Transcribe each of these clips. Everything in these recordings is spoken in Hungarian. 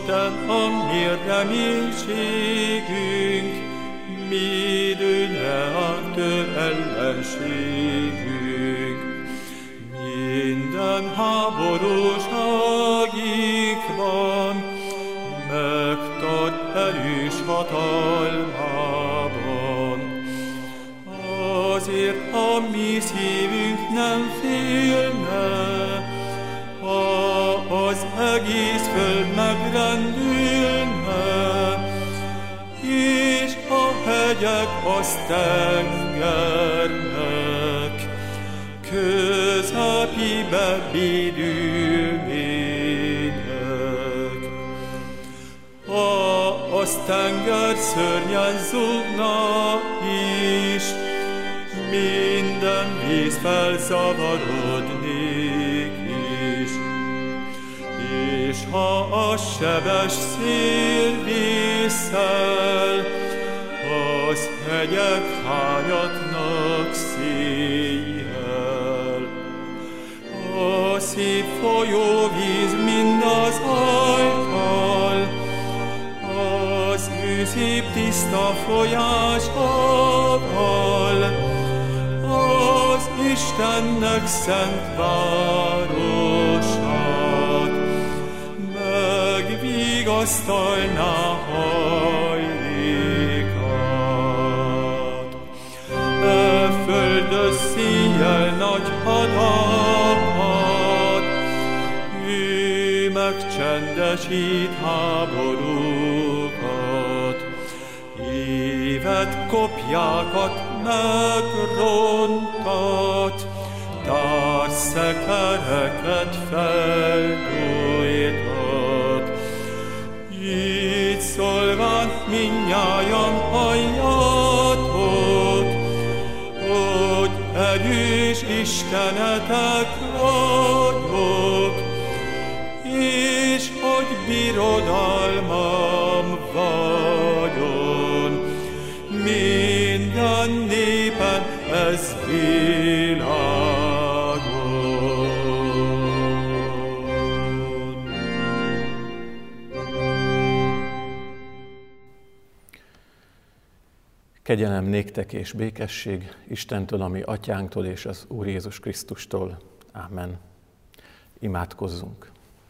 Isten, a mi reménységünk, mi dőlne a tő ellenségünk. Minden háborúságikban megtart erős hatalmában. Azért a mi szívünk nem félne, ha az egész föld megrendülne, és a hegyek azt tengernek, közepébe védülnének. Ha az tenger szörnyen zúgna is, minden víz felzavarodnék is. És ha a sebes szél vészel, az hegyek hányatnak széjjel. A szép folyóvíz mind az ajkal, az ő szép tiszta folyásával, az Istennek szent városát megvigasztalná hajlékát. E földös széjjel nagy hatalmat, ő megcsendesít háborúkat, évet kopjákat megrontat, társzekereket felgyújtat. Így szólván mindnyájan halljátok, hogy erős Istenetek vagyok, és hogy birodalmam vagyon minden népen ez világon. Kegyelem néktek és békesség Istentől, a mi atyánktól és az Úr Jézus Krisztustól. Ámen. Imádkozzunk.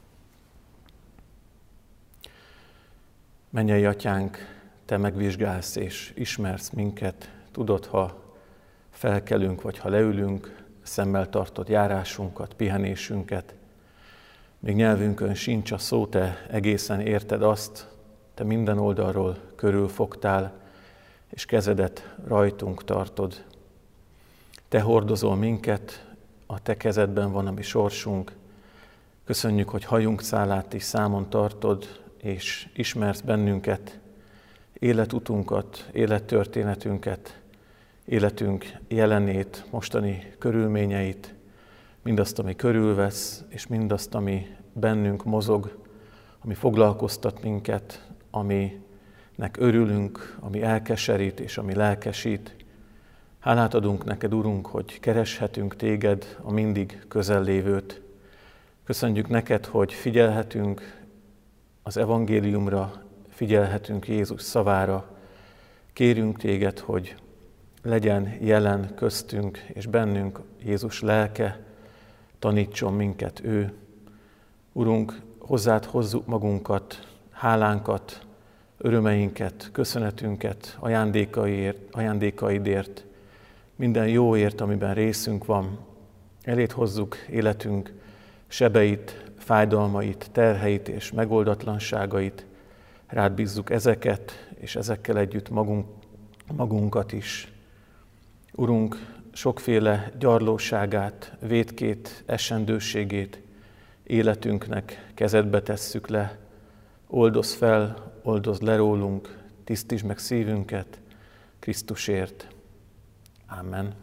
Mennyei atyánk, te megvizsgálsz és ismersz minket, tudod, ha felkelünk vagy ha leülünk, szemmel tartod járásunkat, pihenésünket. Még nyelvünkön sincs a szó, te egészen érted azt, te minden oldalról körülfogtál, és kezedet rajtunk tartod. Te hordozol minket, a te kezedben van a mi sorsunk. Köszönjük, hogy hajunk szálát is számon tartod, és ismersz bennünket, életutunkat, élettörténetünket, életünk jelenét, mostani körülményeit, mindazt, ami körülvesz, és mindazt, ami bennünk mozog, ami foglalkoztat minket, aminek örülünk, ami elkeserít és ami lelkesít. Hálát adunk neked, Urunk, hogy kereshetünk téged, a mindig közellévőt. Köszönjük neked, hogy figyelhetünk az evangéliumra, figyelhetünk Jézus szavára. Kérünk téged, hogy legyen jelen köztünk és bennünk Jézus lelke, tanítson minket ő. Urunk, hozzád hozzuk magunkat, hálánkat, örömeinket, köszönetünket, ajándékaidért, minden jóért, amiben részünk van. Eléd hozzuk életünk sebeit, fájdalmait, terheit és megoldatlanságait. Rád bízzuk ezeket, és ezekkel együtt magunkat is. Urunk, sokféle gyarlóságát, vétkét, esendőségét életünknek kezedbe tesszük le. Oldozz fel, oldozz le rólunk, tisztítsd meg szívünket Krisztusért. Amen.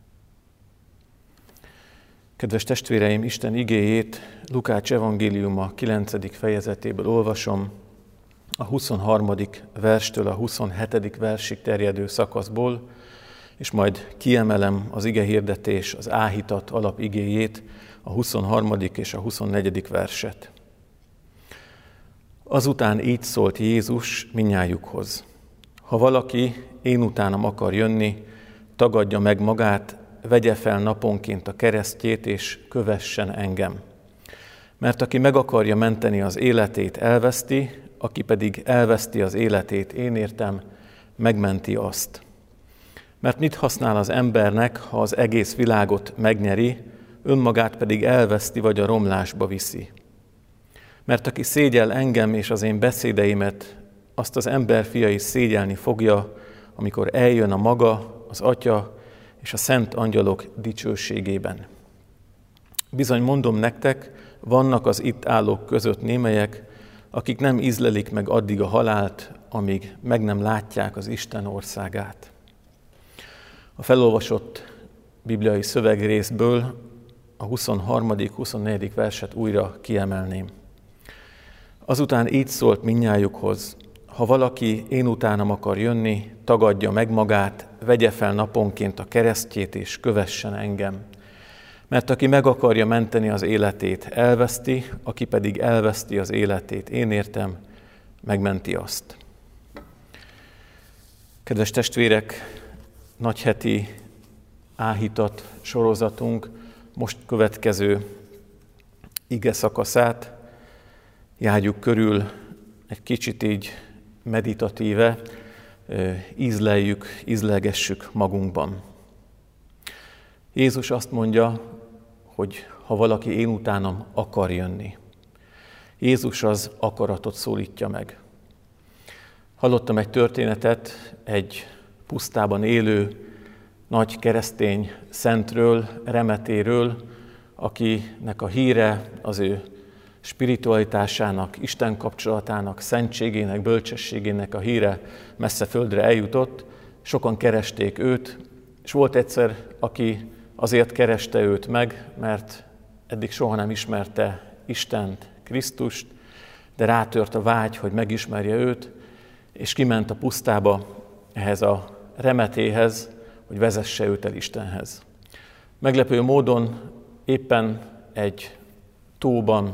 Kedves testvéreim, Isten igéjét Lukács evangéliuma 9. fejezetéből olvasom, a 23. verstől a 27. versig terjedő szakaszból, és majd kiemelem az igehirdetés, az áhítat alapigéjét, a 23. és a 24. verset. Azután így szólt Jézus mindnyájukhoz: ha valaki én utánam akar jönni, tagadja meg magát, vegye fel naponként a keresztjét, és kövessen engem. Mert aki meg akarja menteni az életét, elveszti, aki pedig elveszti az életét, én értem, megmenti azt. Mert mit használ az embernek, ha az egész világot megnyeri, önmagát pedig elveszti, vagy a romlásba viszi? Mert aki szégyel engem és az én beszédeimet, azt az ember fia is szégyelni fogja, amikor eljön a maga, az Atya és a szent angyalok dicsőségében. Bizony mondom nektek, vannak az itt állók között némelyek, akik nem ízlelik meg addig a halált, amíg meg nem látják az Isten országát. A felolvasott bibliai szövegrészből a 23.-24. verset újra kiemelném. Azután így szólt mindnyájukhoz: ha valaki én utánam akar jönni, tagadja meg magát, vegye fel naponként a keresztjét, és kövessen engem. Mert aki meg akarja menteni az életét, elveszti, aki pedig elveszti az életét, én értem, megmenti azt. Kedves testvérek, nagyheti áhítat sorozatunk most következő ige szakaszát járjuk körül egy kicsit így meditatíve, ízlelgessük magunkban. Jézus azt mondja, hogy ha valaki én utánam akar jönni. Jézus az akaratot szólítja meg. Hallottam egy történetet egy pusztában élő nagy keresztény szentről, Remetéről, akinek a híre az ő spiritualitásának, Isten kapcsolatának, szentségének, bölcsességének a híre messze földre eljutott. Sokan keresték őt, és volt egyszer, aki azért kereste őt meg, mert eddig soha nem ismerte Istent, Krisztust, de rátört a vágy, hogy megismerje őt, és kiment a pusztába ehhez a Remetéhez, hogy vezesse őt el Istenhez. Meglepő módon éppen egy tóban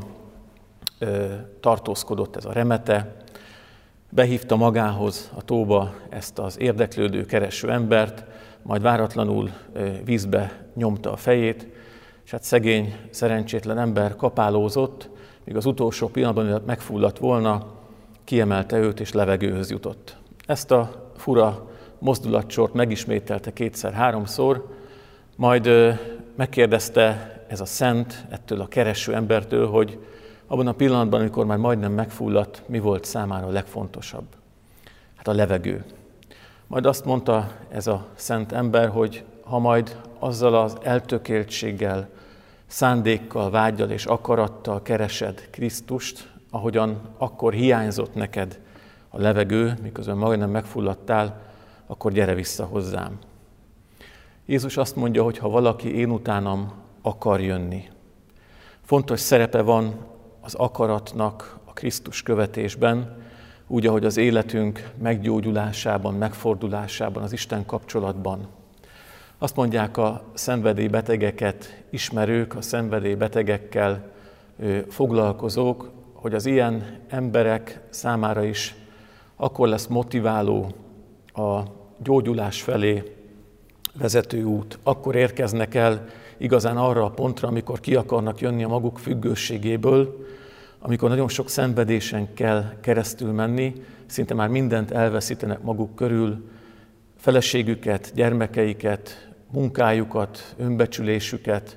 tartózkodott ez a Remete, behívta magához a tóba ezt az érdeklődő, kereső embert, majd váratlanul vízbe nyomta a fejét, és hát szegény, szerencsétlen ember kapálózott, míg az utolsó pillanatban, hogy megfulladt volna, kiemelte őt és levegőhöz jutott. Ezt a fura mozdulatsort megismételte 2-3-szor, majd megkérdezte ez a szent ettől a kereső embertől, hogy abban a pillanatban, amikor már majdnem megfulladt, mi volt számára a legfontosabb? Hát a levegő. Majd azt mondta ez a szent ember, hogy ha majd azzal az eltökéltséggel, szándékkal, vággyal és akarattal keresed Krisztust, ahogyan akkor hiányzott neked a levegő, miközben majdnem megfulladtál, akkor gyere vissza hozzám. Jézus azt mondja, hogy ha valaki én utánam akar jönni. Fontos szerepe van az akaratnak a Krisztus követésben, úgy, ahogy az életünk meggyógyulásában, megfordulásában, az Isten kapcsolatban. Azt mondják a szenvedélybetegeket ismerők, a szenvedélybetegekkel foglalkozók, hogy az ilyen emberek számára is akkor lesz motiváló a gyógyulás felé vezető út. Akkor érkeznek el igazán arra a pontra, amikor ki akarnak jönni a maguk függőségéből, amikor nagyon sok szenvedésen kell keresztül menni, szinte már mindent elveszítenek maguk körül, feleségüket, gyermekeiket, munkájukat, önbecsülésüket,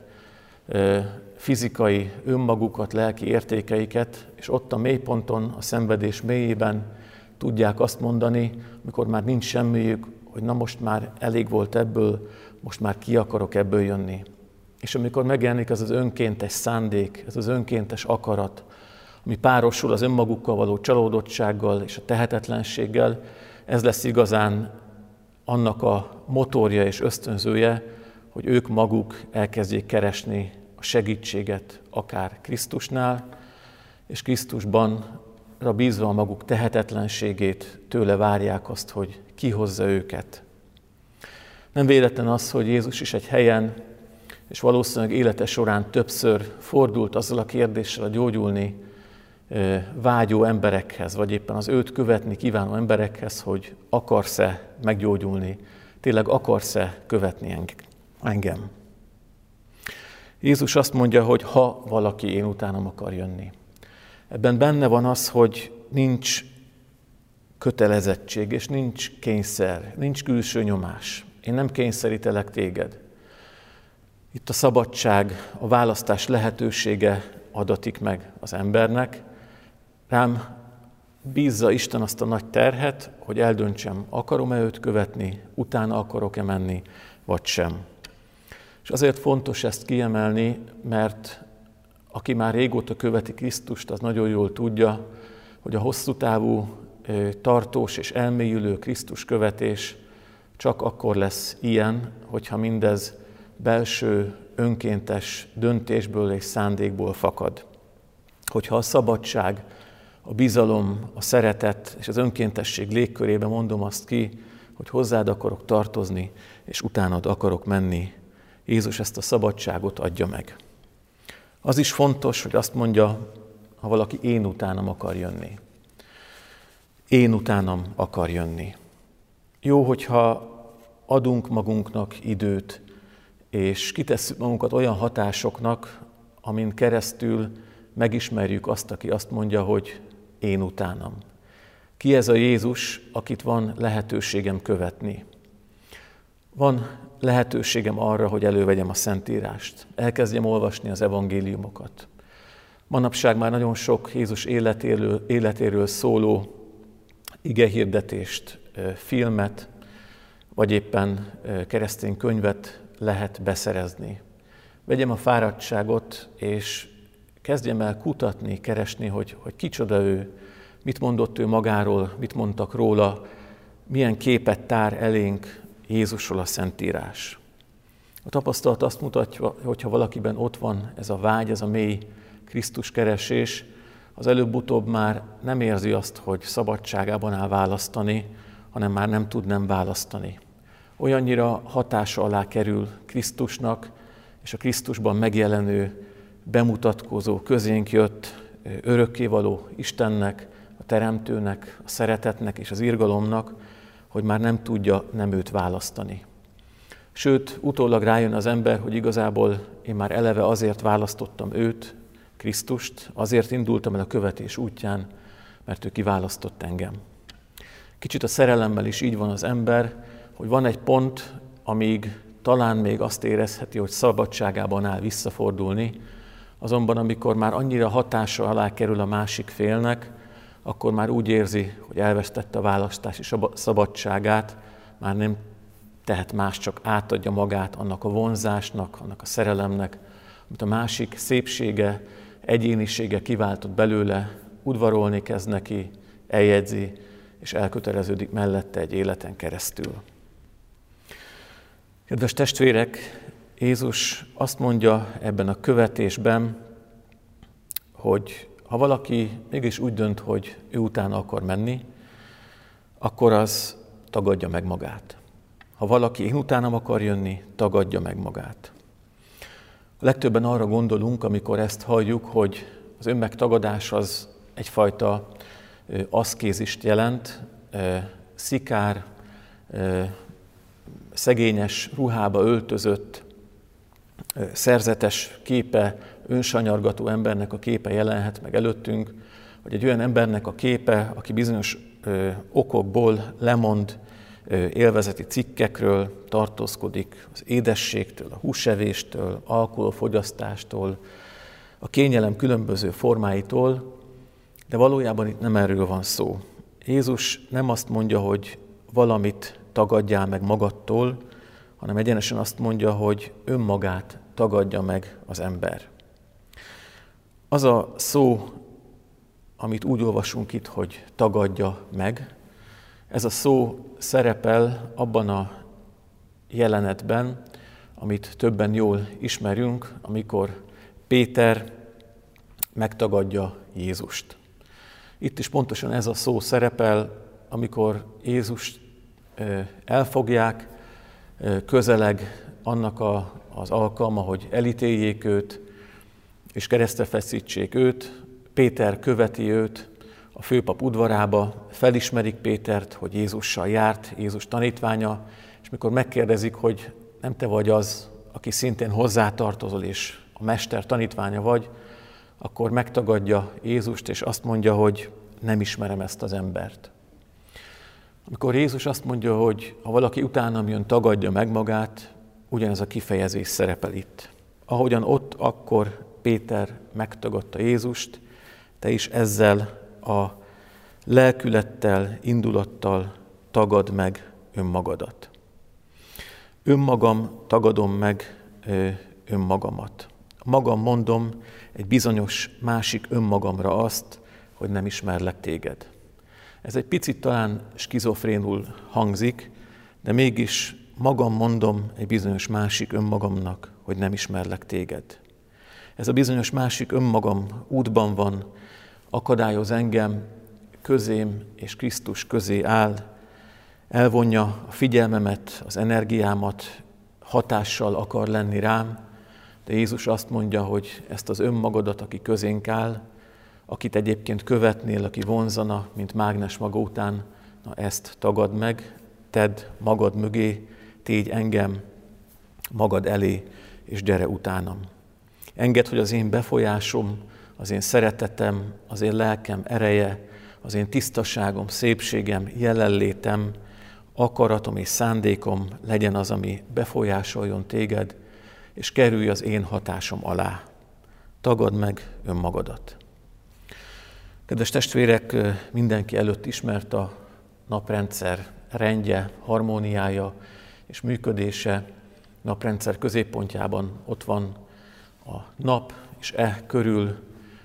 fizikai önmagukat, lelki értékeiket, és ott a mélyponton, a szenvedés mélyében tudják azt mondani, amikor már nincs semmiük, hogy na most már elég volt ebből, most már ki akarok ebből jönni. És amikor megjelenik ez az önkéntes szándék, ez az önkéntes akarat, ami párosul az önmagukkal való csalódottsággal és a tehetetlenséggel, ez lesz igazán annak a motorja és ösztönzője, hogy ők maguk elkezdjék keresni a segítséget akár Krisztusnál, és Krisztusban bízva a maguk tehetetlenségét, tőle várják azt, hogy kihozza őket. Nem véletlen az, hogy Jézus is egy helyen, és valószínűleg élete során többször fordult azzal a kérdéssel a gyógyulni vágyó emberekhez, vagy éppen az őt követni kívánó emberekhez, hogy akarsz-e meggyógyulni, tényleg akarsz-e követni engem. Jézus azt mondja, hogy ha valaki én utánam akar jönni. Ebben benne van az, hogy nincs kötelezettség, és nincs kényszer, nincs külső nyomás. Én nem kényszerítelek téged. Itt a szabadság, a választás lehetősége adatik meg az embernek. Rám bízza Isten azt a nagy terhet, hogy eldöntsem, akarom-e őt követni, utána akarok-e menni, vagy sem. És azért fontos ezt kiemelni, mert aki már régóta követi Krisztust, az nagyon jól tudja, hogy a hosszú távú, tartós és elmélyülő Krisztus követés csak akkor lesz ilyen, hogyha mindez belső, önkéntes döntésből és szándékból fakad. Hogyha a szabadság, a bizalom, a szeretet és az önkéntesség légkörében mondom azt ki, hogy hozzád akarok tartozni, és utánad akarok menni, Jézus ezt a szabadságot adja meg. Az is fontos, hogy azt mondja, ha valaki én utánam akar jönni. Én utánam akar jönni. Jó, hogyha adunk magunknak időt, és kitesszük magunkat olyan hatásoknak, amin keresztül megismerjük azt, aki azt mondja, hogy én utánam. Ki ez a Jézus, akit van lehetőségem követni? Van lehetőségem arra, hogy elővegyem a Szentírást, elkezdjem olvasni az evangéliumokat. Manapság már nagyon sok Jézus életéről szóló igehirdetést, filmet, vagy éppen keresztény könyvet lehet beszerezni. Vegyem a fáradtságot, és kezdjem el kutatni, keresni, hogy kicsoda ő, mit mondott ő magáról, mit mondtak róla, milyen képet tár elénk Jézusról a Szentírás. A tapasztalat azt mutatja, hogyha valakiben ott van ez a vágy, ez a mély Krisztus keresés, az előbb-utóbb már nem érzi azt, hogy szabadságában áll választani, hanem már nem tud nem választani. Olyannyira hatása alá kerül Krisztusnak, és a Krisztusban megjelenő, bemutatkozó, közénk jött, örökkévaló Istennek, a Teremtőnek, a szeretetnek és az irgalomnak, hogy már nem tudja nem őt választani. Sőt, utólag rájön az ember, hogy igazából én már eleve azért választottam őt, Krisztust, azért indultam el a követés útján, mert ő kiválasztott engem. Kicsit a szerelemmel is így van az ember, hogy van egy pont, amíg talán még azt érezheti, hogy szabadságában áll visszafordulni, azonban amikor már annyira hatása alá kerül a másik félnek, akkor már úgy érzi, hogy elvesztette a választási szabadságát, már nem tehet más, csak átadja magát annak a vonzásnak, annak a szerelemnek, amit a másik szépsége, egyénisége kiváltott belőle, udvarolni kezd neki, eljegyzi, és elköteleződik mellette egy életen keresztül. Kedves testvérek, Jézus azt mondja ebben a követésben, hogy ha valaki mégis úgy dönt, hogy ő utána akar menni, akkor az tagadja meg magát. Ha valaki én utánam akar jönni, tagadja meg magát. A legtöbben arra gondolunk, amikor ezt halljuk, hogy az önmegtagadás az egyfajta aszkézist jelent, szikár, szegényes ruhába öltözött, szerzetes képe, önsanyargató embernek a képe jelenhet meg előttünk, vagy egy olyan embernek a képe, aki bizonyos okokból lemond élvezeti cikkekről, tartózkodik az édességtől, a húsevéstől, alkoholfogyasztástól, a kényelem különböző formáitól, de valójában itt nem erről van szó. Jézus nem azt mondja, hogy valamit tagadjál meg magadtól, hanem egyenesen azt mondja, hogy önmagát tagadja meg az ember. Az a szó, amit úgy olvasunk itt, hogy tagadja meg, ez a szó szerepel abban a jelenetben, amit többen jól ismerünk, amikor Péter megtagadja Jézust. Itt is pontosan ez a szó szerepel, amikor Jézust elfogják, közeleg annak az alkalma, hogy elítéljék őt, és keresztre feszítsék őt. Péter követi őt a főpap udvarába, felismerik Pétert, hogy Jézussal járt, Jézus tanítványa, és mikor megkérdezik, hogy nem te vagy az, aki szintén hozzátartozol, és a mester tanítványa vagy, akkor megtagadja Jézust, és azt mondja, hogy nem ismerem ezt az embert. Amikor Jézus azt mondja, hogy ha valaki utánam jön, tagadja meg magát, ugyanez a kifejezés szerepel itt. Ahogyan ott akkor Péter megtagadta Jézust, te is ezzel a lelkülettel, indulattal tagad meg önmagadat. Önmagam tagadom meg önmagamat. Magam mondom egy bizonyos másik önmagamra azt, hogy nem ismerlek téged. Ez egy picit talán skizofrénul hangzik, de mégis magam mondom egy bizonyos másik önmagamnak, hogy nem ismerlek téged. Ez a bizonyos másik önmagam útban van, akadályoz engem, közém és Krisztus közé áll, elvonja a figyelmemet, az energiámat, hatással akar lenni rám, de Jézus azt mondja, hogy ezt az önmagadat, aki közénk áll, akit egyébként követnél, aki vonzana, mint mágnes maga után, na ezt tagadd meg, tedd magad mögé, tégy engem magad elé, és gyere utánam. Engedd, hogy az én befolyásom, az én szeretetem, az én lelkem ereje, az én tisztaságom, szépségem, jelenlétem, akaratom és szándékom legyen az, ami befolyásoljon téged, és kerülj az én hatásom alá. Tagadd meg önmagadat. Kedves testvérek, mindenki előtt ismert a naprendszer rendje, harmóniája és működése. Naprendszer középpontjában ott van a nap, és körül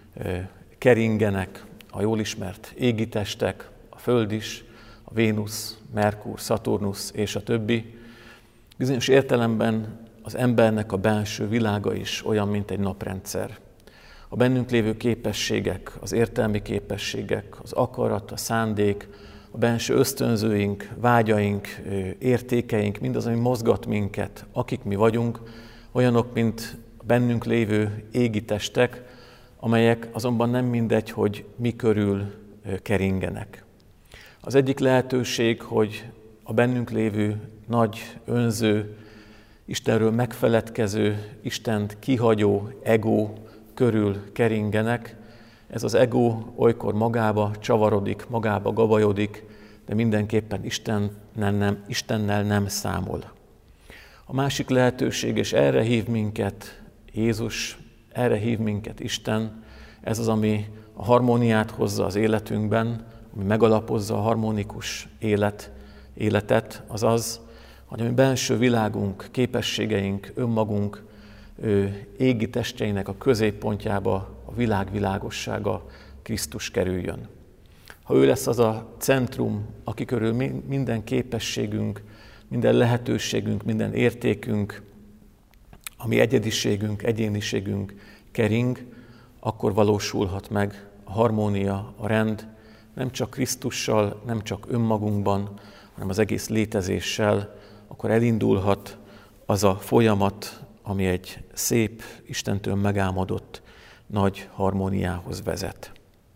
keringenek a jól ismert égitestek, a Föld is, a Vénusz, Merkur, Szaturnusz és a többi. Bizonyos értelemben az embernek a belső világa is olyan, mint egy naprendszer. A bennünk lévő képességek, az értelmi képességek, az akarat, a szándék, a belső ösztönzőink, vágyaink, értékeink, mindaz, ami mozgat minket, akik mi vagyunk, olyanok, mint a bennünk lévő égitestek, amelyek azonban nem mindegy, hogy mi körül keringenek. Az egyik lehetőség, hogy a bennünk lévő nagy, önző, Istenről megfeledkező, Istent kihagyó ego körül keringenek. Ez az ego olykor magába csavarodik, magába gabajodik, de mindenképpen Istennel nem számol. A másik lehetőség, és erre hív minket Jézus, erre hív minket Isten, ez az, ami a harmóniát hozza az életünkben, ami megalapozza a harmonikus életet, az az, hogy a mi belső világunk, képességeink, önmagunk égi testjeinek a középpontjába a világ világossága, Krisztus kerüljön. Ha ő lesz az a centrum, aki körül minden képességünk, minden lehetőségünk, minden értékünk, ami egyediségünk, egyéniségünk kering, akkor valósulhat meg a harmónia, a rend, nem csak Krisztussal, nem csak önmagunkban, hanem az egész létezéssel, akkor elindulhat az a folyamat, ami egy szép, Istentől megálmodott nagy harmóniához vezet.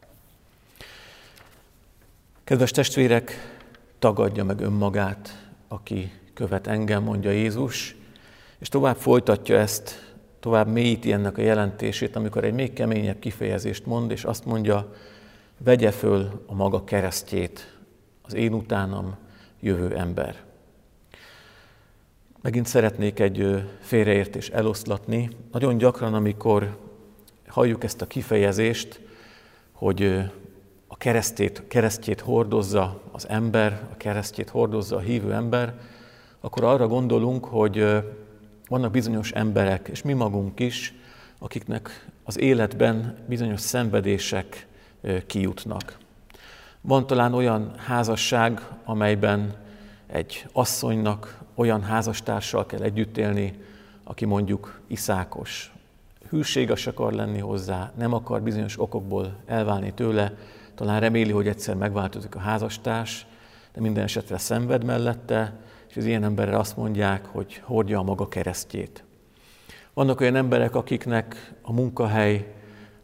Kedves testvérek, tagadja meg önmagát, aki követ engem, mondja Jézus, és tovább folytatja ezt, tovább mélyíti ennek a jelentését, amikor egy még keményebb kifejezést mond, és azt mondja, vegye föl a maga keresztjét, az én utánam jövő ember. Megint szeretnék egy félreértést eloszlatni. Nagyon gyakran, amikor halljuk ezt a kifejezést, hogy a keresztjét hordozza az ember, a keresztjét hordozza a hívő ember, akkor arra gondolunk, hogy vannak bizonyos emberek, és mi magunk is, akiknek az életben bizonyos szenvedések kijutnak. Van talán olyan házasság, amelyben egy asszonynak olyan házastársal kell együtt élni, aki mondjuk iszákos. Hűséges akar lenni hozzá, nem akar bizonyos okokból elválni tőle, talán reméli, hogy egyszer megváltozik a házastárs, de minden esetre szenved mellette, és az ilyen emberre azt mondják, hogy hordja a maga keresztjét. Vannak olyan emberek, akiknek a munkahely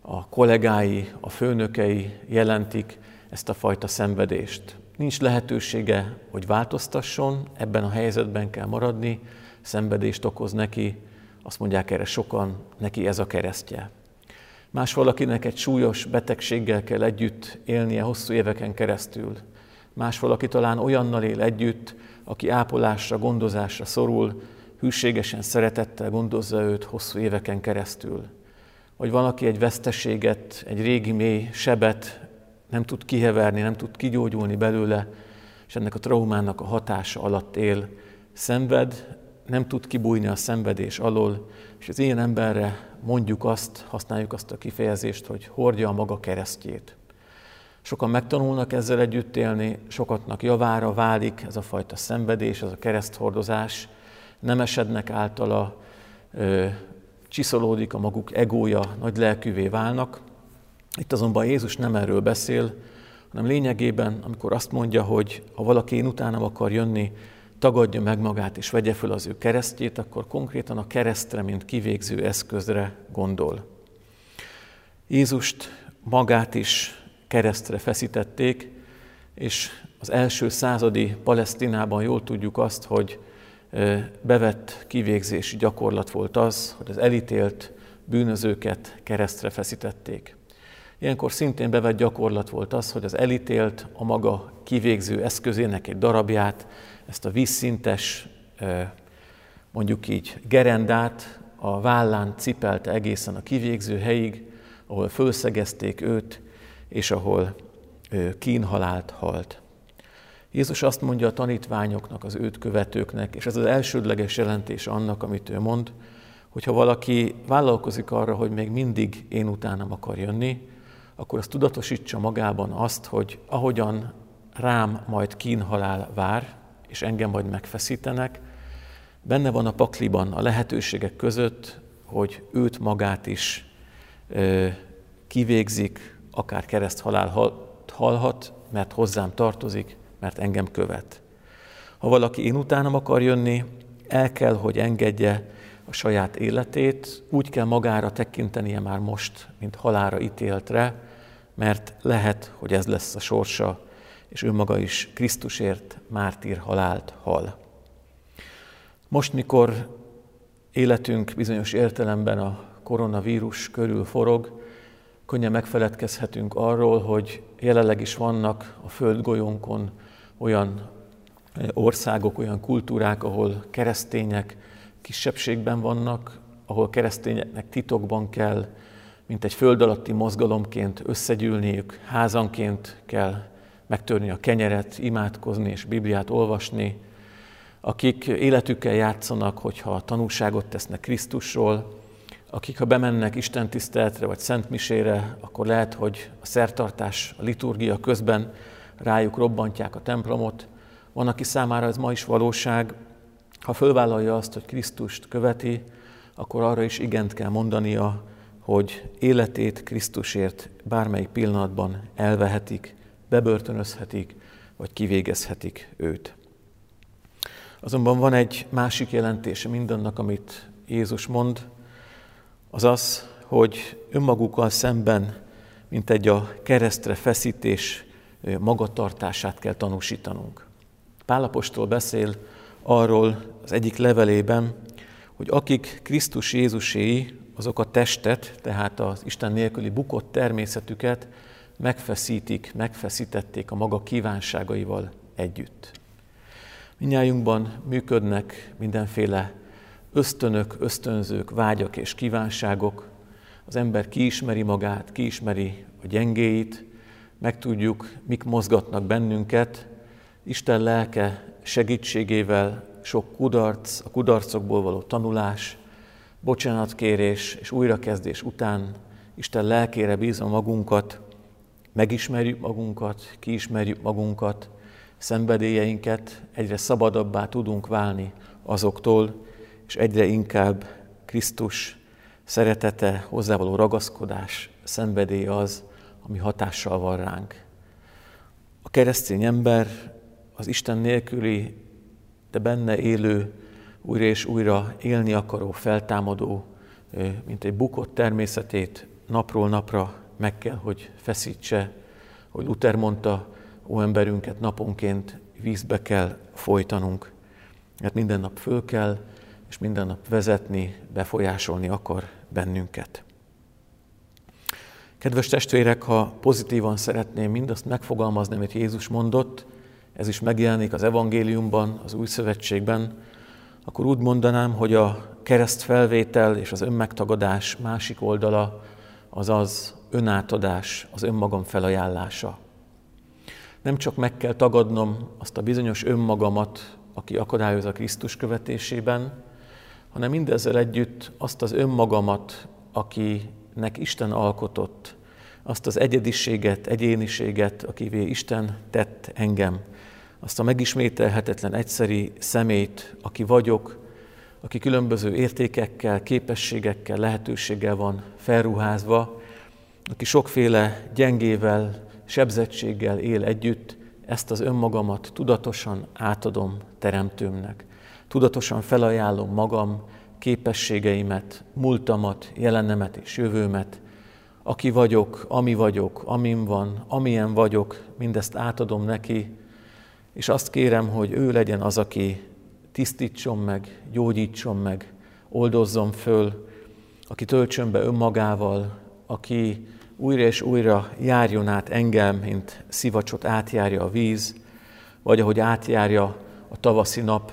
a kollégái, a főnökei jelentik ezt a fajta szenvedést. Nincs lehetősége, hogy változtasson, ebben a helyzetben kell maradni, szenvedést okoz neki, azt mondják erre sokan, neki ez a keresztje. Más valakinek egy súlyos betegséggel kell együtt élnie hosszú éveken keresztül. Más valaki talán olyannal él együtt, aki ápolásra, gondozásra szorul, hűségesen, szeretettel gondozza őt hosszú éveken keresztül. Vagy van, aki egy veszteséget, egy régi mély sebet nem tud kiheverni, nem tud kigyógyulni belőle, és ennek a traumának a hatása alatt él, szenved, nem tud kibújni a szenvedés alól, és az ilyen emberre használjuk azt a kifejezést, hogy hordja a maga keresztjét. Sokan megtanulnak ezzel együtt élni, sokatnak javára válik ez a fajta szenvedés, ez a kereszthordozás, nem esednek általa, csiszolódik a maguk egója, nagy lelkűvé válnak. Itt azonban Jézus nem erről beszél, hanem lényegében, amikor azt mondja, hogy ha valaki én utánam akar jönni, tagadja meg magát és vegye föl az ő keresztjét, akkor konkrétan a keresztre, mint kivégző eszközre gondol. Jézust magát is keresztre feszítették, és az első századi Palesztinában jól tudjuk azt, hogy bevett kivégzési gyakorlat volt az, hogy az elítélt bűnözőket keresztre feszítették. Ilyenkor szintén bevett gyakorlat volt az, hogy az elítélt a maga kivégző eszközének egy darabját, ezt a vízszintes, mondjuk így gerendát a vállán cipelte egészen a kivégző helyig, ahol fölszegezték őt, és ahol kínhalált halt. Jézus azt mondja a tanítványoknak, az őt követőknek, és ez az elsődleges jelentés annak, amit ő mond, hogyha valaki vállalkozik arra, hogy még mindig én utánam akar jönni, akkor azt tudatosítsa magában azt, hogy ahogyan rám majd kínhalál vár, és engem majd megfeszítenek, benne van a pakliban a lehetőségek között, hogy őt magát is kivégzik, akár kereszthalál halhat, mert hozzám tartozik, mert engem követ. Ha valaki én utánam akar jönni, el kell, hogy engedje a saját életét, úgy kell magára tekintenie már most, mint halálra ítéltre, mert lehet, hogy ez lesz a sorsa, és ő maga is Krisztusért mártír halált hal. Most, mikor életünk bizonyos értelemben a koronavírus körül forog, könnyen megfeledkezhetünk arról, hogy jelenleg is vannak a földgolyónkon olyan országok, olyan kultúrák, ahol keresztények kisebbségben vannak, ahol keresztényeknek titokban kell, mint egy föld alatti mozgalomként összegyűlniük, házanként kell megtörni a kenyeret, imádkozni és Bibliát olvasni, akik életükkel játszanak, hogyha tanúságot tesznek Krisztusról, akik ha bemennek istentiszteletre vagy szentmisére, akkor lehet, hogy a szertartás, a liturgia közben rájuk robbantják a templomot. Van, aki számára ez ma is valóság. Ha fölvállalja azt, hogy Krisztust követi, akkor arra is igent kell mondania, hogy életét Krisztusért bármelyik pillanatban elvehetik, bebörtönözhetik, vagy kivégezhetik őt. Azonban van egy másik jelentése mindannak, amit Jézus mond, az az, hogy önmagukkal szemben, mint egy a keresztre feszítés magatartását kell tanúsítanunk. Pál apostol beszél arról az egyik levelében, hogy akik Krisztus Jézuséi, azok a testet, tehát az Isten nélküli bukott természetüket megfeszítették a maga kívánságaival együtt. Mindnyájunkban működnek mindenféle ösztönök, ösztönzők, vágyak és kívánságok. Az ember kiismeri magát, kiismeri a gyengéit, megtudjuk, mik mozgatnak bennünket. Isten lelke segítségével sok kudarc, a kudarcokból való tanulás, bocsánatkérés és újrakezdés után Isten lelkére bízva magunkat, megismerjük magunkat, kiismerjük magunkat, szenvedélyeinket, egyre szabadabbá tudunk válni azoktól, és egyre inkább Krisztus szeretete, hozzávaló ragaszkodás, szenvedély az, ami hatással van ránk. A keresztény ember az Isten nélküli, de benne élő, újra és újra élni akaró, feltámadó, mint egy bukott természetét napról napra meg kell, hogy feszítse, hogy Luther mondta, ó emberünket naponként vízbe kell folytanunk, mert minden nap föl kell, és minden nap vezetni, befolyásolni akar bennünket. Kedves testvérek, ha pozitívan szeretném mindazt megfogalmazni, amit Jézus mondott, ez is megjelenik az evangéliumban, az Új Szövetségben, akkor úgy mondanám, hogy a keresztfelvétel és az önmegtagadás másik oldala az önátadás, az önmagam felajánlása. Nem csak meg kell tagadnom azt a bizonyos önmagamat, aki akadályoz a Krisztus követésében, hanem mindezzel együtt azt az önmagamat, akinek Isten alkotott, azt az egyediséget, egyéniséget, akivé Isten tett engem, azt a megismételhetetlen egyszeri személyt, aki vagyok, aki különböző értékekkel, képességekkel, lehetőséggel van felruházva, aki sokféle gyengével, sebzettséggel él együtt, ezt az önmagamat tudatosan átadom Teremtőmnek. Tudatosan felajánlom magam, képességeimet, múltamat, jelenemet és jövőmet. Aki vagyok, amim van, amilyen vagyok, mindezt átadom neki, és azt kérem, hogy ő legyen az, aki tisztítson meg, gyógyítson meg, oldozzon föl, aki töltsön be önmagával, aki újra és újra járjon át engem, mint szivacsot átjárja a víz, vagy ahogy átjárja a tavaszi nap,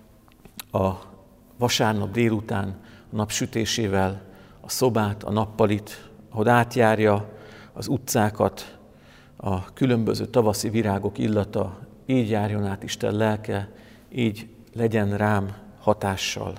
a vasárnap délután a napsütésével a szobát, a nappalit, ahogy átjárja az utcákat, a különböző tavaszi virágok illata, így járjon át Isten lelke, így legyen rám hatással.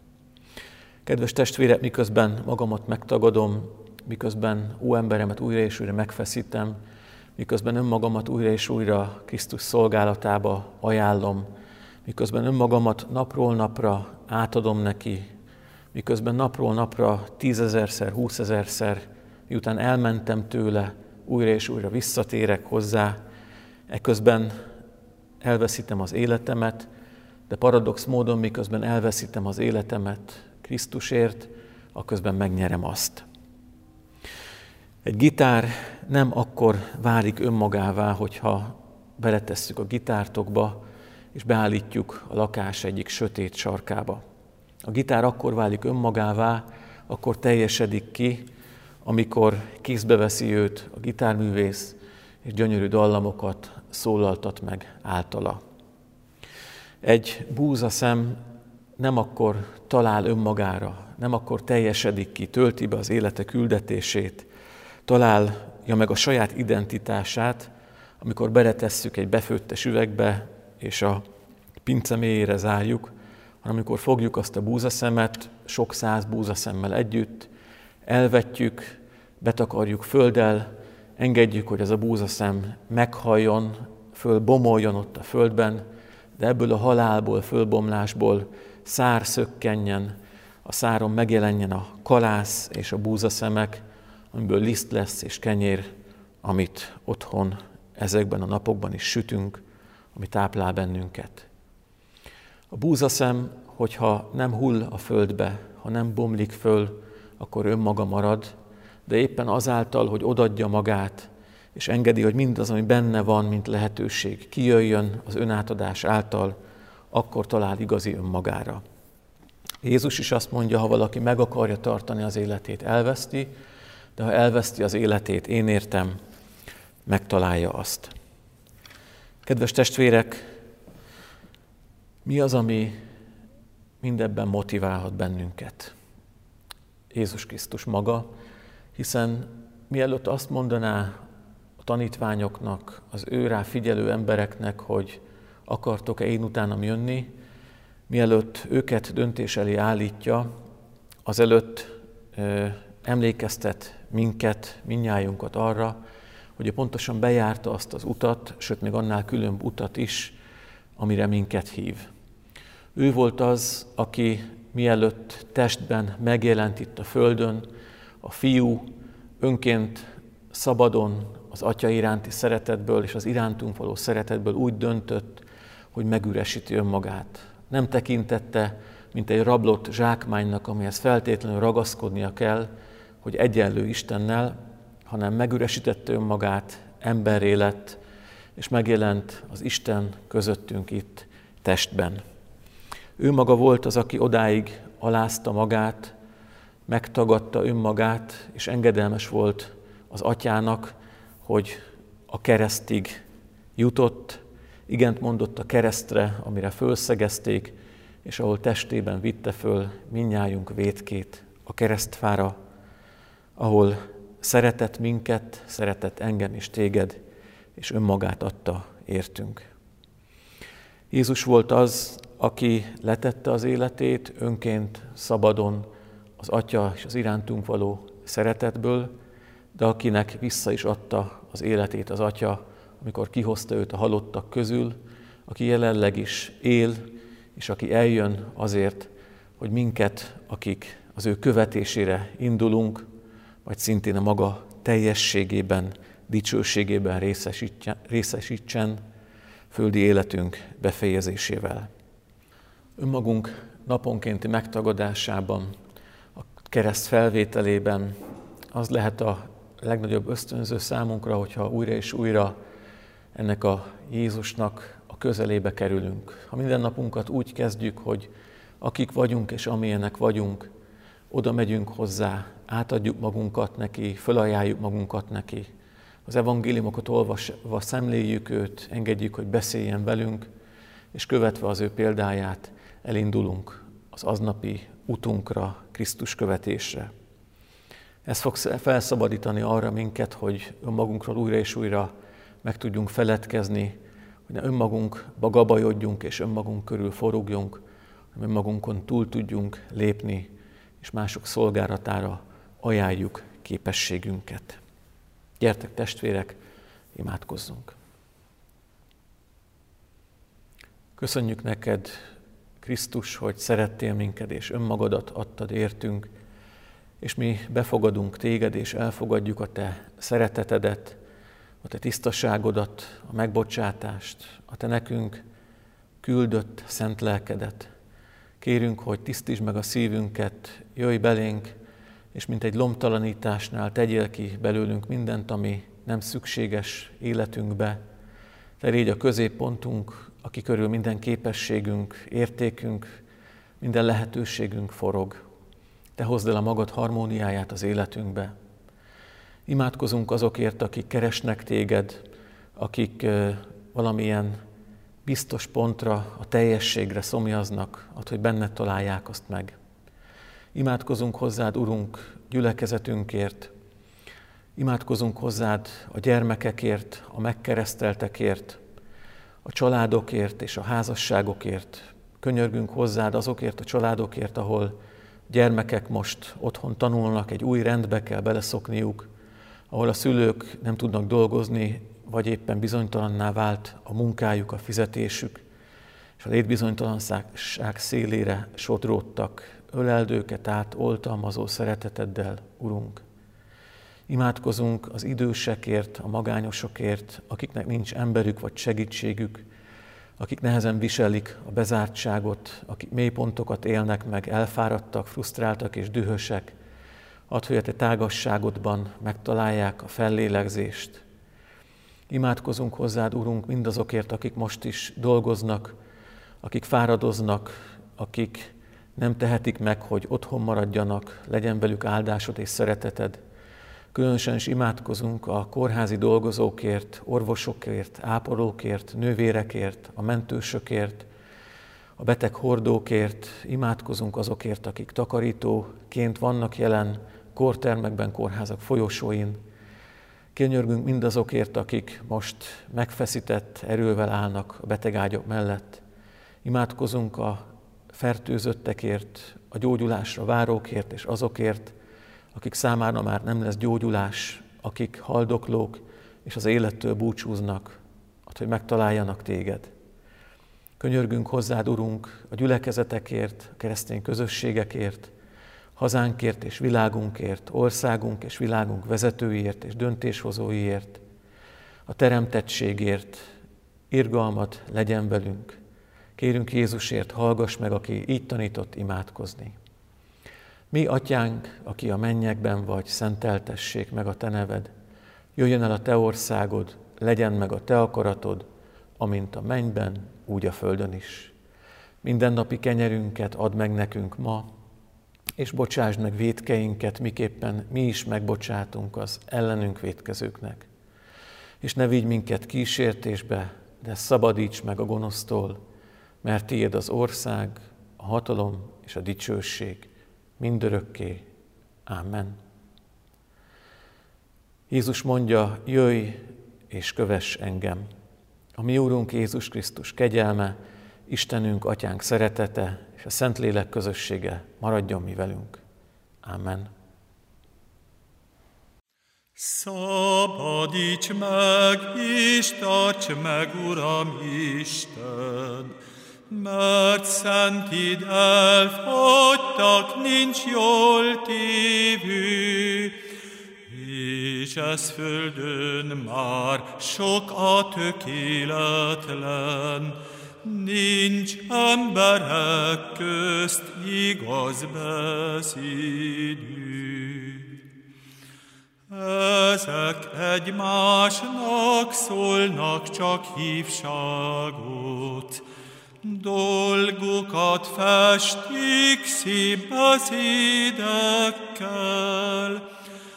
Kedves testvérek, miközben magamat megtagadom, miközben óemberemet újra és újra megfeszítem, miközben önmagamat újra és újra Krisztus szolgálatába ajánlom, miközben önmagamat napról napra átadom neki, miközben napról napra 10 000-szer, 20 000-szer, miután elmentem tőle, újra és újra visszatérek hozzá, eközben elveszítem az életemet, de paradox módon, miközben elveszítem az életemet Krisztusért, aközben megnyerem azt. Egy gitár nem akkor válik önmagává, hogyha beletesszük a gitártokba, és beállítjuk a lakás egyik sötét sarkába. A gitár akkor válik önmagává, akkor teljesedik ki, amikor kézbe veszi őt a gitárművész, és gyönyörű dallamokat szólaltat meg általa. Egy búzaszem nem akkor talál önmagára, nem akkor teljesedik ki, tölti be az élete küldetését, találja meg a saját identitását, amikor beletesszük egy befőttes üvegbe, és a pince mélyére zárjuk, hanem amikor fogjuk azt a búzaszemet sok száz búzaszemmel együtt, elvetjük, betakarjuk földdel, engedjük, hogy ez a búzaszem meghalljon, fölbomoljon ott a földben, de ebből a halálból, fölbomlásból szár szökkenjen, a száron megjelenjen a kalász és a búzaszemek, amiből liszt lesz és kenyér, amit otthon ezekben a napokban is sütünk, ami táplál bennünket. A búzaszem, hogyha nem hull a földbe, ha nem bomlik föl, akkor önmaga marad, de éppen azáltal, hogy odaadja magát, és engedi, hogy mindaz, ami benne van, mint lehetőség, kijöjjön az önátadás által, akkor talál igazi önmagára. Jézus is azt mondja, ha valaki meg akarja tartani az életét, elveszti, de ha elveszti az életét, én értem, megtalálja azt. Kedves testvérek, mi az, ami mindebben motiválhat bennünket? Jézus Krisztus maga, hiszen mielőtt azt mondaná a tanítványoknak, az ő rá figyelő embereknek, hogy akartok-e én utánam jönni, mielőtt őket döntés elé állítja, azelőtt emlékeztet minket, mindnyájunkat arra, hogy ő pontosan bejárta azt az utat, sőt még annál különb utat is, amire minket hív. Ő volt az, aki mielőtt testben megjelent itt a földön, a fiú önként szabadon az atya iránti szeretetből és az irántunk való szeretetből úgy döntött, hogy megüresíti önmagát. Nem tekintette, mint egy rablott zsákmánynak, amihez feltétlenül ragaszkodnia kell, hogy egyenlő Istennel, hanem megüresítette önmagát, emberré lett, és megjelent az Isten közöttünk itt testben. Ő maga volt az, aki odáig alázta magát, megtagadta önmagát, és engedelmes volt az Atyának, hogy a keresztig jutott, igent mondott a keresztre, amire fölszegezték, és ahol testében vitte föl mindnyájunk vétkét a keresztfára, ahol szeretett minket, szeretett engem és téged, és önmagát adta értünk. Jézus volt az, aki letette az életét önként, szabadon, az Atya és az irántunk való szeretetből, de akinek vissza is adta az életét az Atya, amikor kihozta őt a halottak közül, aki jelenleg is él, és aki eljön azért, hogy minket, akik az ő követésére indulunk, vagy szintén a maga teljességében, dicsőségében részesítsen földi életünk befejezésével. Önmagunk naponkénti megtagadásában, a kereszt felvételében az lehet a legnagyobb ösztönző számunkra, hogyha újra és újra ennek a Jézusnak a közelébe kerülünk. Ha minden napunkat úgy kezdjük, hogy akik vagyunk és amilyenek vagyunk, oda megyünk hozzá, átadjuk magunkat neki, fölajánljuk magunkat neki. Az evangéliumokat olvasva szemléljük őt, engedjük, hogy beszéljen velünk, és követve az ő példáját elindulunk az aznapi utunkra, Krisztus követésre. Ez fog felszabadítani arra minket, hogy önmagunkról újra és újra meg tudjunk feledkezni, hogy ne önmagunkba gabajodjunk és önmagunk körül forogljunk, hanem önmagunkon túl tudjunk lépni, és mások szolgálatára ajánljuk képességünket. Gyertek testvérek, imádkozzunk! Köszönjük neked, Krisztus, hogy szerettél minket, és önmagadat adtad értünk, és mi befogadunk téged, és elfogadjuk a te szeretetedet, a te tisztaságodat, a megbocsátást, a te nekünk küldött szent lelkedet. Kérünk, hogy tisztítsd meg a szívünket, jöjj belénk, és mint egy lomtalanításnál tegyél ki belőlünk mindent, ami nem szükséges életünkbe. Te légy a középpontunk, aki körül minden képességünk, értékünk, minden lehetőségünk forog. Te hozd el a magad harmóniáját az életünkbe. Imádkozunk azokért, akik keresnek téged, akik valamilyen biztos pontra, a teljességre szomjaznak, hogy benned találják azt meg. Imádkozunk hozzád, Urunk, gyülekezetünkért, imádkozunk hozzád a gyermekekért, a megkereszteltekért, a családokért és a házasságokért. Könyörgünk hozzád azokért a családokért, ahol gyermekek most otthon tanulnak, egy új rendbe kell beleszokniuk, ahol a szülők nem tudnak dolgozni, vagy éppen bizonytalanná vált a munkájuk, a fizetésük, és a létbizonytalanság szélére sodródtak. Öleld őket át oltalmazó szereteteddel, Urunk. Imádkozunk az idősekért, a magányosokért, akiknek nincs emberük vagy segítségük, akik nehezen viselik a bezártságot, akik mélypontokat élnek meg, elfáradtak, frusztráltak és dühösek. Add, hogy a te tágasságodban megtalálják a fellélegzést. Imádkozunk hozzád, Urunk, mindazokért, akik most is dolgoznak, akik fáradoznak, akik nem tehetik meg, hogy otthon maradjanak, legyen velük áldásod és szereteted. Különösen is imádkozunk a kórházi dolgozókért, orvosokért, ápolókért, nővérekért, a mentősökért, a beteg hordókért, imádkozunk azokért, akik takarítóként vannak jelen kórtermekben, kórházak folyosóin. Könyörgünk mindazokért, akik most megfeszített erővel állnak a betegágyok mellett. Imádkozunk a fertőzöttekért, a gyógyulásra várókért és azokért, akik számára már nem lesz gyógyulás, akik haldoklók és az élettől búcsúznak, hogy megtaláljanak téged. Könyörgünk hozzád, Urunk, a gyülekezetekért, a keresztény közösségekért, hazánkért és világunkért, országunk és világunk vezetőiért és döntéshozóiért, a teremtettségért, irgalmat legyen velünk. Kérünk Jézusért, hallgass meg, aki így tanított imádkozni. Mi, Atyánk, aki a mennyekben vagy, szenteltessék meg a te neved. Jöjjön el a te országod, legyen meg a te akaratod, amint a mennyben, úgy a földön is. Mindennapi kenyerünket add meg nekünk ma, és bocsásd meg vétkeinket, miképpen mi is megbocsátunk az ellenünk vétkezőknek. És ne vigy minket kísértésbe, de szabadíts meg a gonosztól, mert tiéd az ország, a hatalom és a dicsőség mindörökké. Ámen. Jézus mondja, jöjj és kövess engem. A mi Úrunk Jézus Krisztus kegyelme, Istenünk, Atyánk szeretete és a Szentlélek közössége maradjon mi velünk. Ámen. Szabadíts meg és tarts meg, Uram Isten, mert szentid elfogytak, nincs jól tévő, és ez földön már sok a tökéletlen, nincs emberek közt igaz beszédű. Ezek egymásnak szólnak csak hívságot, dolgukat festik szép beszédekkel,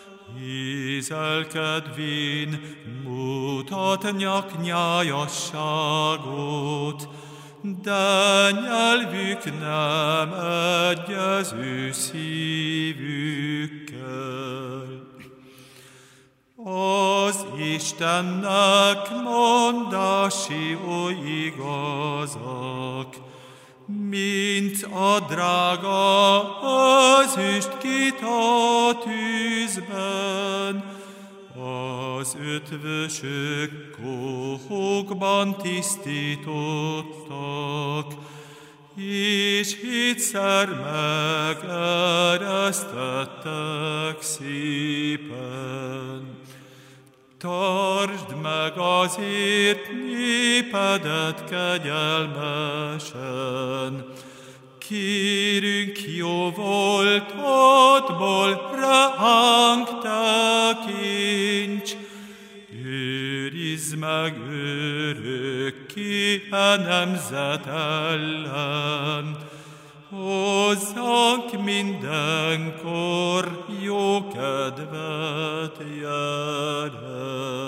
ízelkedvén mutatnak nyájasságot, de nyelvük nem egyező szívükkel. Az Istennek mondási oly igazak, mint a drága ezüst kit a tűzben, az ötvösök kohókban tisztítottak, és 7-szer megeresztettek szépen. Tartsd meg azért népedet kegyelmesen, kérünk jó voltadból ránk tekints, őrizd meg örökké a nemzet ellen, hozzánk mindenkor jó kedvet jelent.